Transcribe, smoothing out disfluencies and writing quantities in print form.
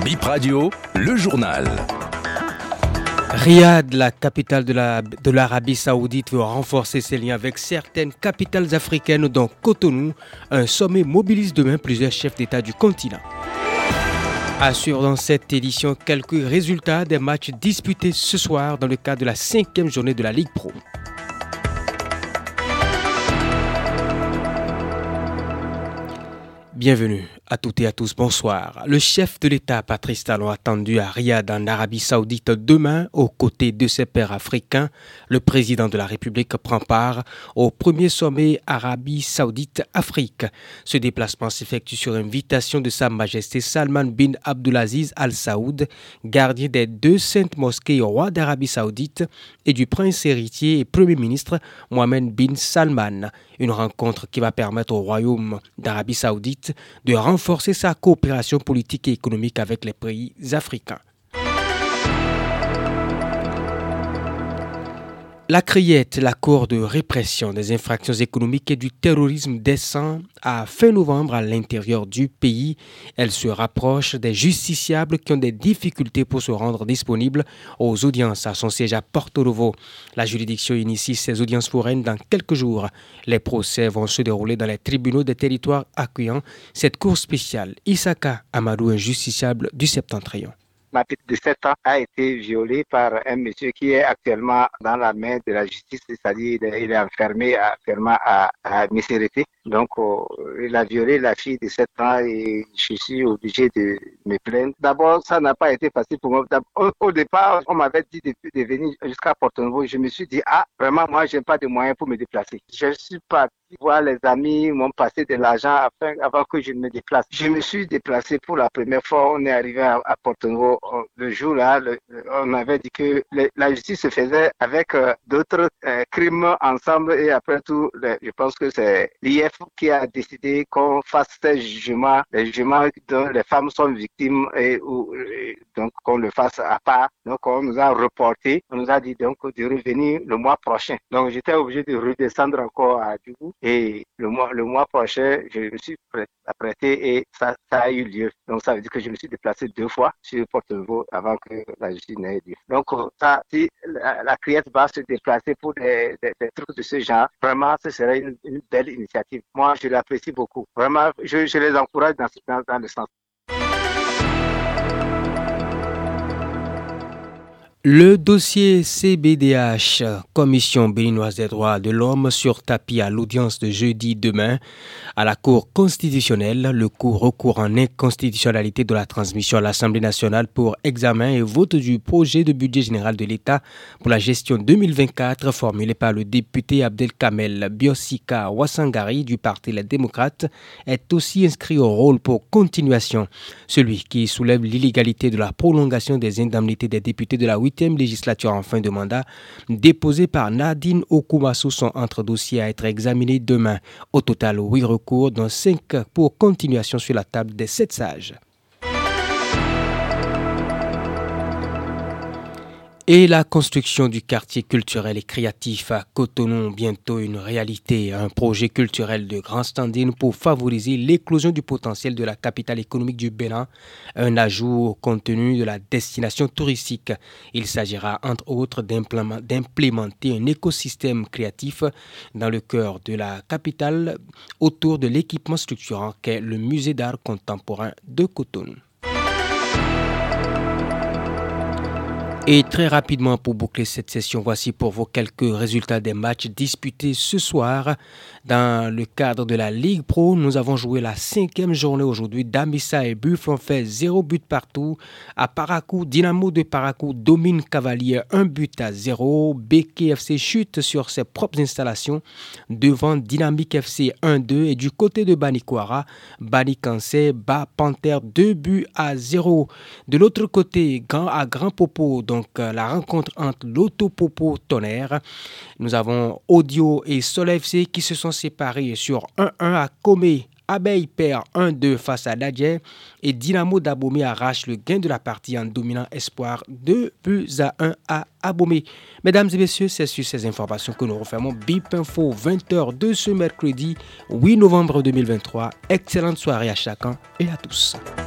Bip Radio, le journal. Riyad, la capitale de l'Arabie Saoudite, veut renforcer ses liens avec certaines capitales africaines, dont Cotonou. Un sommet mobilise demain plusieurs chefs d'État du continent. Assure dans cette édition quelques résultats des matchs disputés ce soir dans le cadre de la 5e journée de la Ligue Pro. Bienvenue à toutes et à tous, bonsoir. Le chef de l'État, Patrice Talon, attendu à Riyad en Arabie Saoudite demain, aux côtés de ses pairs africains. Le président de la République prend part au premier sommet Arabie Saoudite-Afrique. Ce déplacement s'effectue sur invitation de Sa Majesté Salman bin Abdulaziz Al Saoud, gardien des 2 saintes mosquées roi d'Arabie Saoudite, et du prince héritier et premier ministre Mohammed bin Salman. Une rencontre qui va permettre au royaume d'Arabie Saoudite de renforcer sa coopération politique et économique avec les pays africains. La CRIET, la Cour de répression des infractions économiques et du terrorisme, descend à fin novembre à l'intérieur du pays. Elle se rapproche des justiciables qui ont des difficultés pour se rendre disponibles aux audiences à son siège à Porto Novo. La juridiction initie ses audiences foraines dans quelques jours. Les procès vont se dérouler dans les tribunaux des territoires accueillant cette cour spéciale. Issaka Amadou, un justiciable du Septentrion. Ma petite de 7 ans a été violée par un monsieur qui est actuellement dans la main de la justice, c'est-à-dire il est enfermé à Messerete. Donc, il a violé la fille de 7 ans et je suis obligé de me plaindre. D'abord, ça n'a pas été facile pour moi. Au départ, on m'avait dit de venir jusqu'à Porto Novo. Je me suis dit, vraiment, moi, je n'ai pas de moyens pour me déplacer. Je suis parti voir les amis, m'ont passé de l'argent avant que je ne me déplace. Je me suis déplacé pour la première fois. On est arrivé à Porto Novo. Le jour-là, on avait dit que la justice se faisait avec d'autres crimes ensemble et après tout, je pense que c'est l'IF qui a décidé qu'on fasse ces jugements, les jugements dont les femmes sont victimes donc qu'on le fasse à part. Donc on nous a reporté, on nous a dit donc de revenir le mois prochain. Donc j'étais obligé de redescendre encore à Djougou et le mois prochain, je me suis apprêté et ça a eu lieu. Donc ça veut dire que je me suis déplacé 2 fois sur Porto Novo avant que la justice n'ait lieu. Donc ça, si la CRIET va se déplacer pour des trucs de ce genre, vraiment ce serait une belle initiative. Moi, je l'apprécie beaucoup. Vraiment, je les encourage dans le sens. Le dossier CBDH, Commission béninoise des droits de l'homme, sur tapis à l'audience de jeudi demain à la Cour constitutionnelle. Le recours en inconstitutionnalité de la transmission à l'Assemblée nationale pour examen et vote du projet de budget général de l'État pour la gestion 2024 formulé par le député Abdelkamel Biosika Wassangari du Parti Les Démocrates est aussi inscrit au rôle pour continuation. Celui qui soulève l'illégalité de la prolongation des indemnités des députés de la 8e législature en fin de mandat, déposé par Nadine Okumasu, sont entre dossiers à être examinés demain. Au total, 8 recours, dont 5 pour continuation sur la table des 7 sages. Et la construction du quartier culturel et créatif à Cotonou, bientôt une réalité, un projet culturel de grand standing pour favoriser l'éclosion du potentiel de la capitale économique du Bénin, un ajout au contenu de la destination touristique. Il s'agira entre autres d'implémenter un écosystème créatif dans le cœur de la capitale autour de l'équipement structurant qu'est le musée d'art contemporain de Cotonou. Et très rapidement, pour boucler cette session, voici pour vous quelques résultats des matchs disputés ce soir. Dans le cadre de la Ligue Pro, nous avons joué la 5e journée aujourd'hui. Damissa et Buffle ont fait 0 but partout. À Parakou, Dynamo de Parakou domine Cavalier 1-0. BKFC chute sur ses propres installations devant Dynamique FC 1-2. Et du côté de Banikwara, Banikansé bat Panther 2-0. De l'autre côté, à Grand Popo, donc la rencontre entre l'Autopopo Tonnerre. Nous avons Audio et Soleil FC qui se sont séparés sur 1-1 à Comé. Abeille perd 1-2 face à Dadje et Dynamo d'Abomey arrache le gain de la partie en dominant Espoir 2-1 à Abomey. Mesdames et messieurs, c'est sur ces informations que nous refermons BIP Info 20h de ce mercredi 8 novembre 2023. Excellente soirée à chacun et à tous.